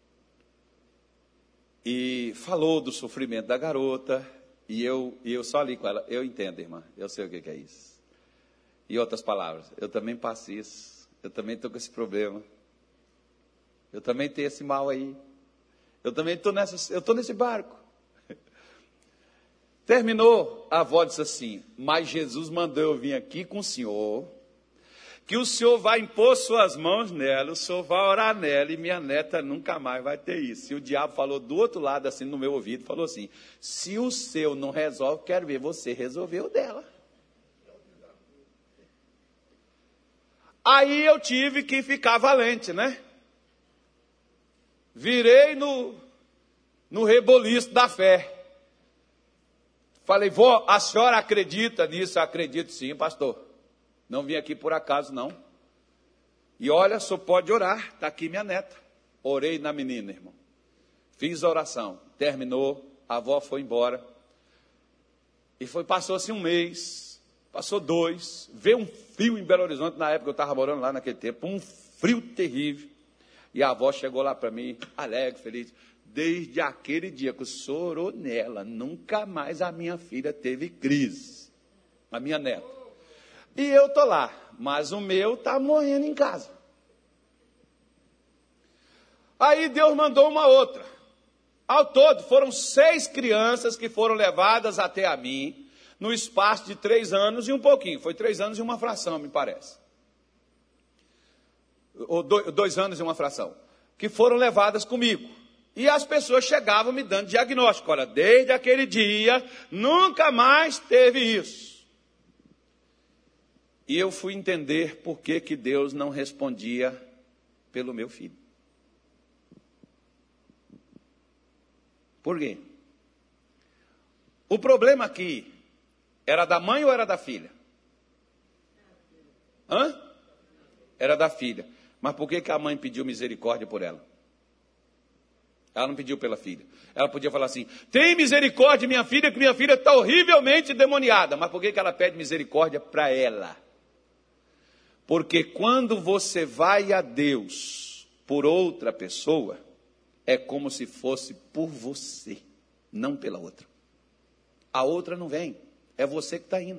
e falou do sofrimento da garota, e eu só ali com ela, eu entendo, irmã, eu sei o que é isso. E outras palavras, eu também passo isso, eu também estou com esse problema, eu também tenho esse mal aí. Eu também estou nesse barco. Terminou, a avó disse assim, mas Jesus mandou eu vir aqui com o senhor, que o senhor vai impor suas mãos nela, o senhor vai orar nela, e minha neta nunca mais vai ter isso. E o diabo falou do outro lado, assim, no meu ouvido, falou assim, se o seu não resolve, quero ver você resolver o dela. Aí eu tive que ficar valente, né? Virei no reboliço da fé. Falei, vó, a senhora acredita nisso? Eu acredito sim, pastor. Não vim aqui por acaso, não. E olha, só pode orar, está aqui minha neta. Orei na menina, irmão. Fiz a oração, terminou, a avó foi embora. E passou-se um mês, passou 2, veio um frio em Belo Horizonte, na época eu estava morando lá naquele tempo, um frio terrível. E a avó chegou lá para mim, alegre, feliz. Desde aquele dia que o senhor orou nela, nunca mais a minha filha teve crise. A minha neta. E eu estou lá, mas o meu está morrendo em casa. Aí Deus mandou uma outra. Ao todo, foram 6 crianças que foram levadas até a mim, no espaço de 3 anos e um pouquinho. Foi 3 anos e uma fração, me parece. Ou 2 anos e uma fração. Que foram levadas comigo. E as pessoas chegavam me dando diagnóstico. Olha, desde aquele dia, nunca mais teve isso. E eu fui entender por que Deus não respondia pelo meu filho. Por quê? O problema aqui era da mãe ou era da filha? Era da filha. Mas por que a mãe pediu misericórdia por ela? Ela não pediu pela filha. Ela podia falar assim, tem misericórdia minha filha, que minha filha está horrivelmente demoniada. Mas por que ela pede misericórdia para ela? Porque quando você vai a Deus por outra pessoa, é como se fosse por você, não pela outra. A outra não vem, é você que está indo.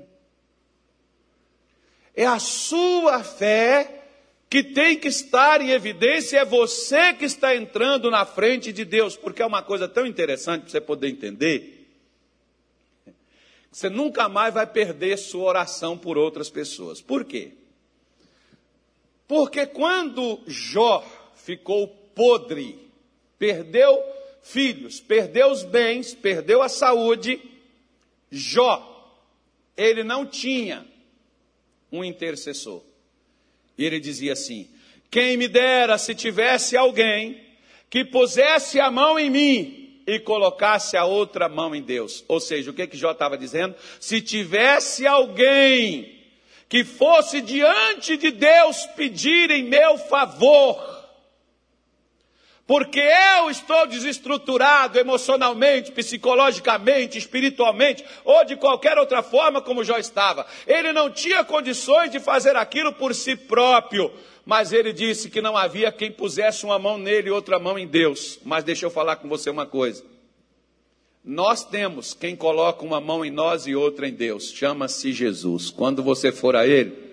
É a sua fé que tem que estar em evidência, é você que está entrando na frente de Deus, porque é uma coisa tão interessante para você poder entender. Você nunca mais vai perder sua oração por outras pessoas. Por quê? Porque quando Jó ficou podre, perdeu filhos, perdeu os bens, perdeu a saúde, Jó, ele não tinha um intercessor. E ele dizia assim, quem me dera se tivesse alguém que pusesse a mão em mim e colocasse a outra mão em Deus. Ou seja, o que Jó estava dizendo? Se tivesse alguém que fosse diante de Deus pedir em meu favor, porque eu estou desestruturado emocionalmente, psicologicamente, espiritualmente, ou de qualquer outra forma como Jó estava. Ele não tinha condições de fazer aquilo por si próprio, mas ele disse que não havia quem pusesse uma mão nele e outra mão em Deus. Mas deixa eu falar com você uma coisa. Nós temos quem coloca uma mão em nós e outra em Deus. Chama-se Jesus. Quando você for a Ele...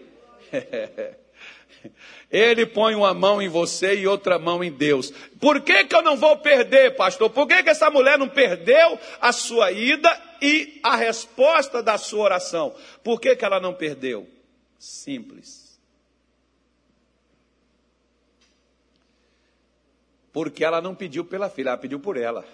Ele põe uma mão em você e outra mão em Deus. Por que eu não vou perder, pastor? Por que essa mulher não perdeu a sua ida e a resposta da sua oração? Por que ela não perdeu? Simples. Porque ela não pediu pela filha, ela pediu por ela.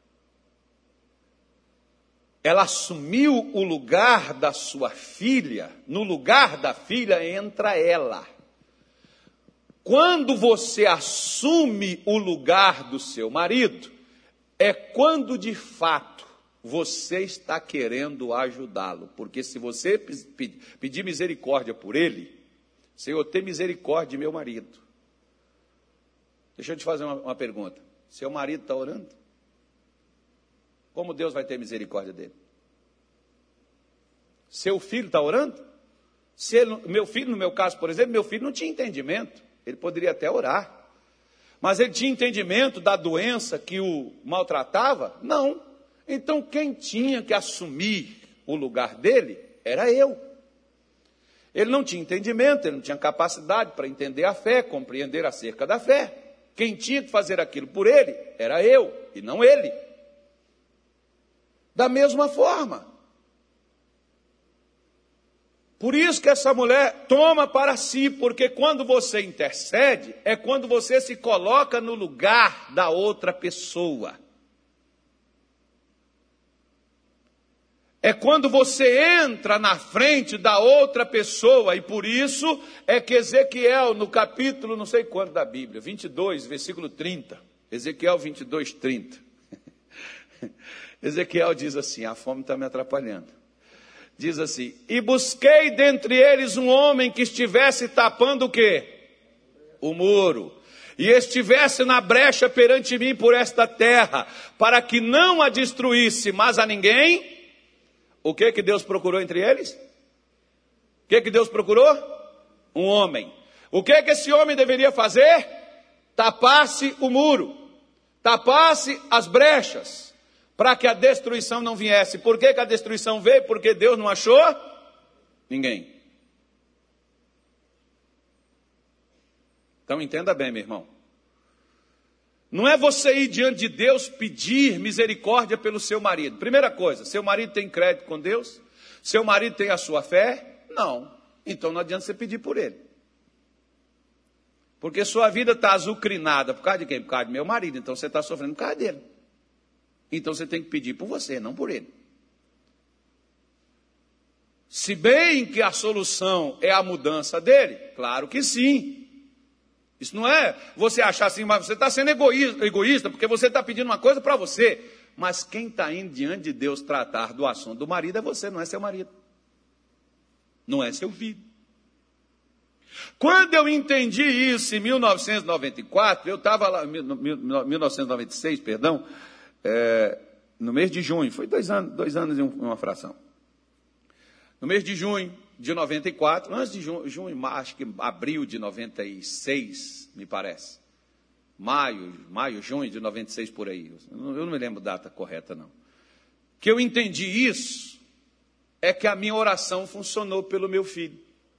Ela assumiu o lugar da sua filha. No lugar da filha entra ela. Quando você assume o lugar do seu marido, é quando de fato você está querendo ajudá-lo. Porque se você pedir misericórdia por ele, Senhor, tem misericórdia de meu marido. Deixa eu te fazer uma pergunta. Seu marido está orando? Como Deus vai ter misericórdia dele? Seu filho está orando? Meu filho, no meu caso, por exemplo, meu filho não tinha entendimento. Ele poderia até orar. Mas ele tinha entendimento da doença que o maltratava? Não. Então quem tinha que assumir o lugar dele era eu. Ele não tinha entendimento, ele não tinha capacidade para entender a fé, compreender acerca da fé. Quem tinha que fazer aquilo por ele era eu e não ele. Da mesma forma. Por isso que essa mulher toma para si, porque quando você intercede, é quando você se coloca no lugar da outra pessoa. É quando você entra na frente da outra pessoa, e por isso é que Ezequiel, no capítulo, não sei quanto da Bíblia, 22, versículo 30, Ezequiel 22, 30. Ezequiel diz assim, a fome está me atrapalhando. Diz assim, e busquei dentre eles um homem que estivesse tapando o quê? O muro. E estivesse na brecha perante mim por esta terra, para que não a destruísse, mas a ninguém O que Deus procurou entre eles? O que Deus procurou? Um homem. O que esse homem deveria fazer? Tapasse o muro, tapasse as brechas, para que a destruição não viesse. Por que a destruição veio? Porque Deus não achou ninguém. Então entenda bem, meu irmão. Não é você ir diante de Deus pedir misericórdia pelo seu marido. Primeira coisa, seu marido tem crédito com Deus? Seu marido tem a sua fé? Não. Então não adianta você pedir por ele. Porque sua vida está azucrinada. Por causa de quem? Por causa do meu marido. Então você está sofrendo por causa dele. Então você tem que pedir por você, não por ele. Se bem que a solução é a mudança dele, claro que sim. Isso não é você achar assim, mas você está sendo egoísta, porque você está pedindo uma coisa para você. Mas quem está indo diante de Deus tratar do assunto do marido é você, não é seu marido. Não é seu filho. Quando eu entendi isso em 1994, eu estava lá, 1996, perdão, no mês de junho, foi 2 anos e uma fração. No mês de junho de 94, antes de junho, acho que abril de 96, me parece. Maio, junho de 96, por aí. Eu não me lembro a data correta, não. Que eu entendi isso, é que a minha oração funcionou pelo meu filho.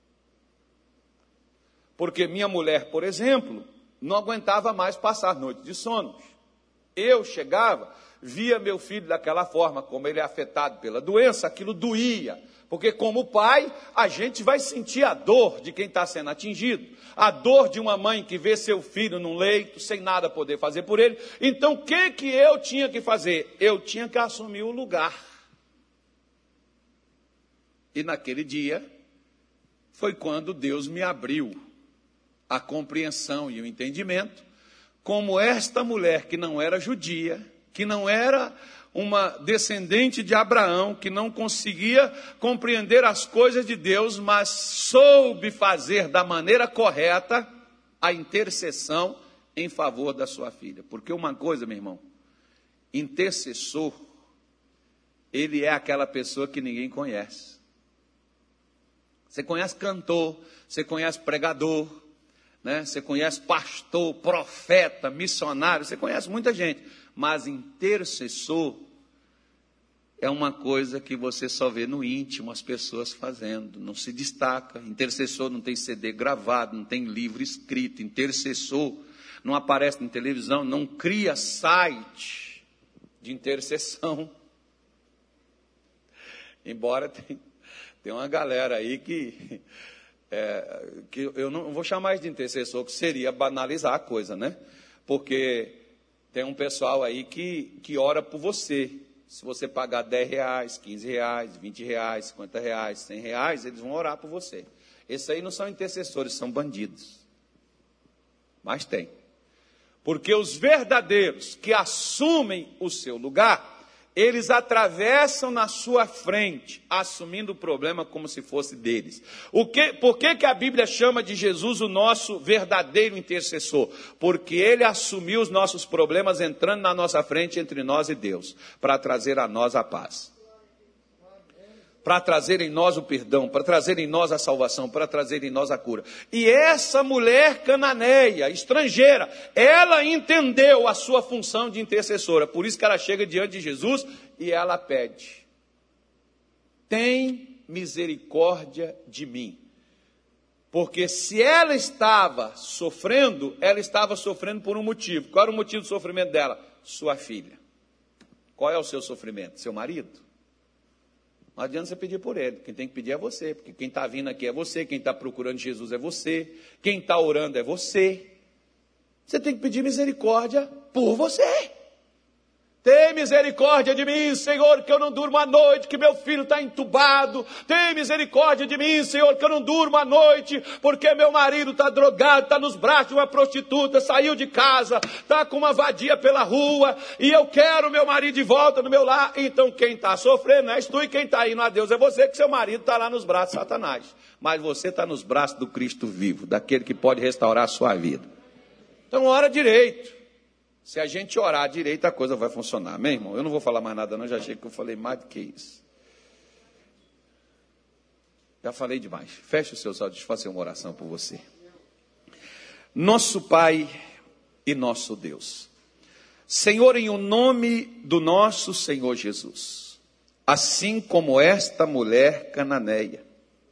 Porque minha mulher, por exemplo, não aguentava mais passar noites de sono. Eu chegava, via meu filho daquela forma, como ele é afetado pela doença, aquilo doía. Porque como pai, a gente vai sentir a dor de quem está sendo atingido. A dor de uma mãe que vê seu filho num leito, sem nada poder fazer por ele. Então, o que eu tinha que fazer? Eu tinha que assumir o lugar. E naquele dia, foi quando Deus me abriu a compreensão e o entendimento, como esta mulher que não era judia, que não era uma descendente de Abraão, que não conseguia compreender as coisas de Deus, mas soube fazer da maneira correta a intercessão em favor da sua filha. Porque uma coisa, meu irmão, intercessor, ele é aquela pessoa que ninguém conhece. Você conhece cantor, você conhece pregador, né? Você conhece pastor, profeta, missionário, você conhece muita gente. Mas intercessor é uma coisa que você só vê no íntimo as pessoas fazendo, não se destaca. Intercessor não tem CD gravado, não tem livro escrito. Intercessor não aparece na televisão, não cria site de intercessão. Embora tem uma galera aí que eu não vou chamar de intercessor, que seria banalizar a coisa, né? Porque tem um pessoal aí que ora por você. Se você pagar R$10, R$15, R$20, R$50, R$100, eles vão orar por você. Esses aí não são intercessores, são bandidos. Mas tem. Porque os verdadeiros que assumem o seu lugar, eles atravessam na sua frente, assumindo o problema como se fosse deles. Por que a Bíblia chama de Jesus o nosso verdadeiro intercessor? Porque ele assumiu os nossos problemas entrando na nossa frente entre nós e Deus, para trazer a nós a paz. Para trazer em nós o perdão, para trazer em nós a salvação, para trazer em nós a cura. E essa mulher cananeia, estrangeira, ela entendeu a sua função de intercessora. Por isso que ela chega diante de Jesus e ela pede: tem misericórdia de mim. Porque se ela estava sofrendo por um motivo. Qual era o motivo do sofrimento dela? Sua filha. Qual é o seu sofrimento? Seu marido? Não adianta você pedir por ele, quem tem que pedir é você, porque quem está vindo aqui é você, quem está procurando Jesus é você, quem está orando é você. Você tem que pedir misericórdia por você. Tem misericórdia de mim, Senhor, que eu não durmo à noite, que meu filho está entubado. Tem misericórdia de mim, Senhor, que eu não durmo à noite, porque meu marido está drogado, está nos braços de uma prostituta, saiu de casa, está com uma vadia pela rua, e eu quero meu marido de volta no meu lar. Então quem está sofrendo és tu, e quem está indo a Deus é você, que seu marido está lá nos braços de Satanás. Mas você está nos braços do Cristo vivo, daquele que pode restaurar a sua vida. Então ora direito. Se a gente orar direito, a coisa vai funcionar. Amém, irmão? Eu não vou falar mais nada, não. Já achei que eu falei mais do que isso. Já falei demais. Feche os seus olhos, deixa eu fazer uma oração por você. Nosso Pai e nosso Deus. Senhor, em o nome do nosso Senhor Jesus, assim como esta mulher cananeia,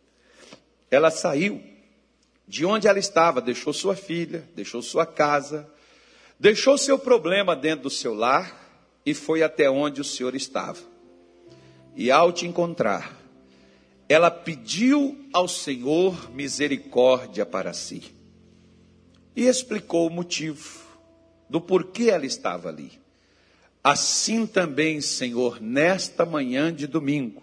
ela saiu de onde ela estava, deixou sua filha, deixou sua casa, deixou seu problema dentro do seu lar e foi até onde o Senhor estava. E ao te encontrar, ela pediu ao Senhor misericórdia para si. E explicou o motivo do porquê ela estava ali. Assim também, Senhor, nesta manhã de domingo,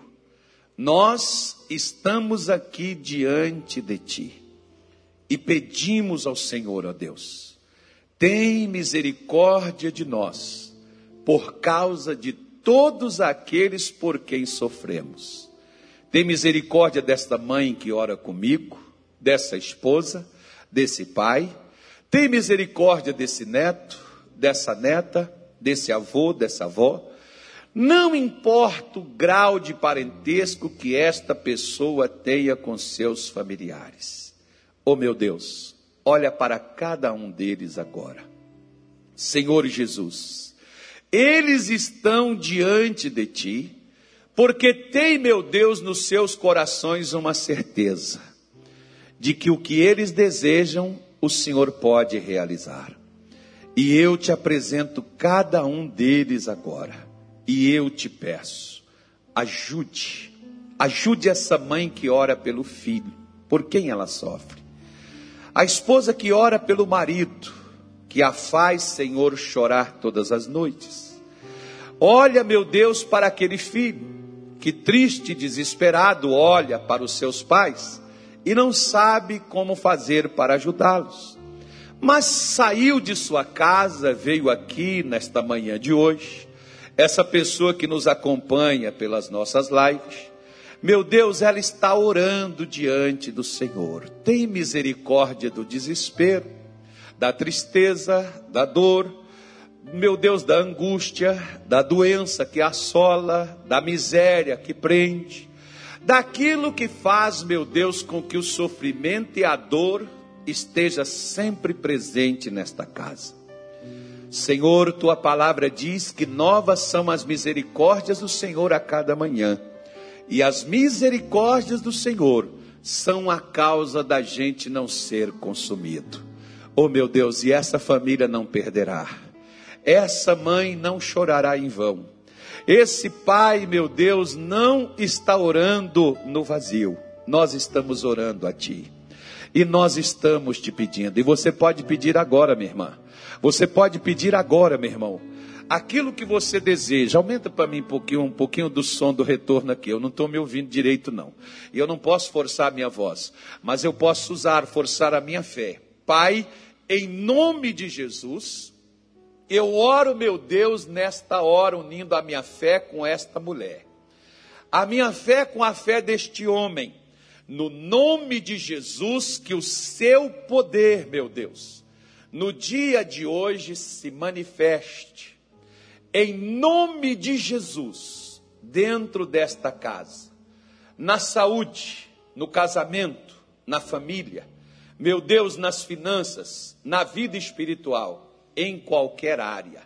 nós estamos aqui diante de Ti. E pedimos ao Senhor, ó Deus, tem misericórdia de nós, por causa de todos aqueles por quem sofremos. Tem misericórdia desta mãe que ora comigo, dessa esposa, desse pai. Tem misericórdia desse neto, dessa neta, desse avô, dessa avó. Não importa o grau de parentesco que esta pessoa tenha com seus familiares. Oh meu Deus, olha para cada um deles agora. Senhor Jesus, eles estão diante de Ti, porque tem, meu Deus, nos seus corações uma certeza de que o que eles desejam, o Senhor pode realizar. E eu te apresento cada um deles agora. E eu te peço, ajude essa mãe que ora pelo filho, por quem ela sofre. A esposa que ora pelo marido, que a faz, Senhor, chorar todas as noites. Olha, meu Deus, para aquele filho, que triste e desesperado olha para os seus pais e não sabe como fazer para ajudá-los. Mas saiu de sua casa, veio aqui nesta manhã de hoje. Essa pessoa que nos acompanha pelas nossas lives, meu Deus, ela está orando diante do Senhor. Tem misericórdia do desespero, da tristeza, da dor, meu Deus, da angústia, da doença que assola, da miséria que prende, daquilo que faz, meu Deus, com que o sofrimento e a dor esteja sempre presente nesta casa. Senhor, Tua palavra diz que novas são as misericórdias do Senhor a cada manhã. E as misericórdias do Senhor são a causa da gente não ser consumido. Oh meu Deus, e essa família não perderá. Essa mãe não chorará em vão. Esse pai, meu Deus, não está orando no vazio. Nós estamos orando a Ti. E nós estamos te pedindo. E você pode pedir agora, minha irmã. Você pode pedir agora, meu irmão. Aquilo que você deseja. Aumenta para mim um pouquinho do som do retorno aqui. Eu não estou me ouvindo direito, não. E eu não posso forçar a minha voz. Mas eu posso forçar a minha fé. Pai, em nome de Jesus, eu oro, meu Deus, nesta hora, unindo a minha fé com esta mulher. A minha fé com a fé deste homem. No nome de Jesus, que o seu poder, meu Deus, no dia de hoje se manifeste. Em nome de Jesus, dentro desta casa, na saúde, no casamento, na família, meu Deus, nas finanças, na vida espiritual, em qualquer área.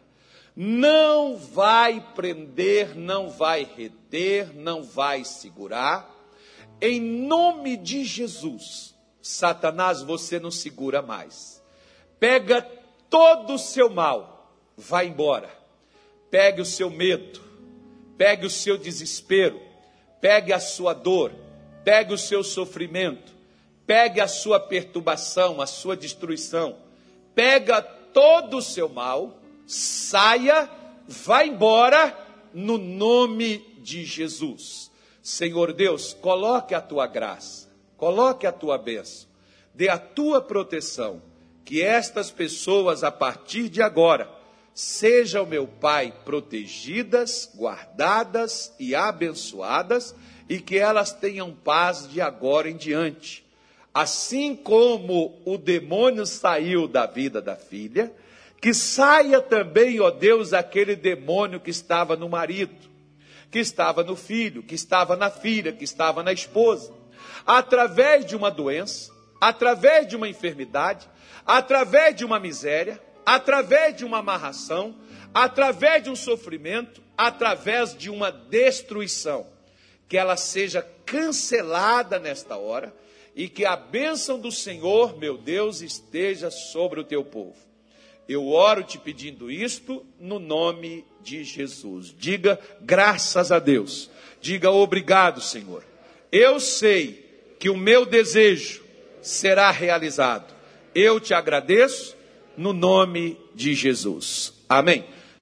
Não vai prender, não vai reter, não vai segurar. Em nome de Jesus, Satanás, você não segura mais. Pega todo o seu mal, vai embora. Pegue o seu medo, pegue o seu desespero, pegue a sua dor, pegue o seu sofrimento, pegue a sua perturbação, a sua destruição. Pega todo o seu mal, saia, vai embora, no nome de Jesus. Senhor Deus, coloque a Tua graça, coloque a Tua bênção, dê a Tua proteção, que estas pessoas, a partir de agora, sejam, meu Pai, protegidas, guardadas e abençoadas, e que elas tenham paz de agora em diante. Assim como o demônio saiu da vida da filha, que saia também, ó Deus, aquele demônio que estava no marido, que estava no filho, que estava na filha, que estava na esposa. através de uma doença, através de uma enfermidade, através de uma miséria, através de uma amarração, através de um sofrimento, através de uma destruição. Que ela seja cancelada nesta hora e que a bênção do Senhor, meu Deus, esteja sobre o teu povo. Eu oro te pedindo isto no nome de Jesus. Diga graças a Deus. Diga obrigado, Senhor. Eu sei que o meu desejo será realizado. Eu te agradeço no nome de Jesus. Amém.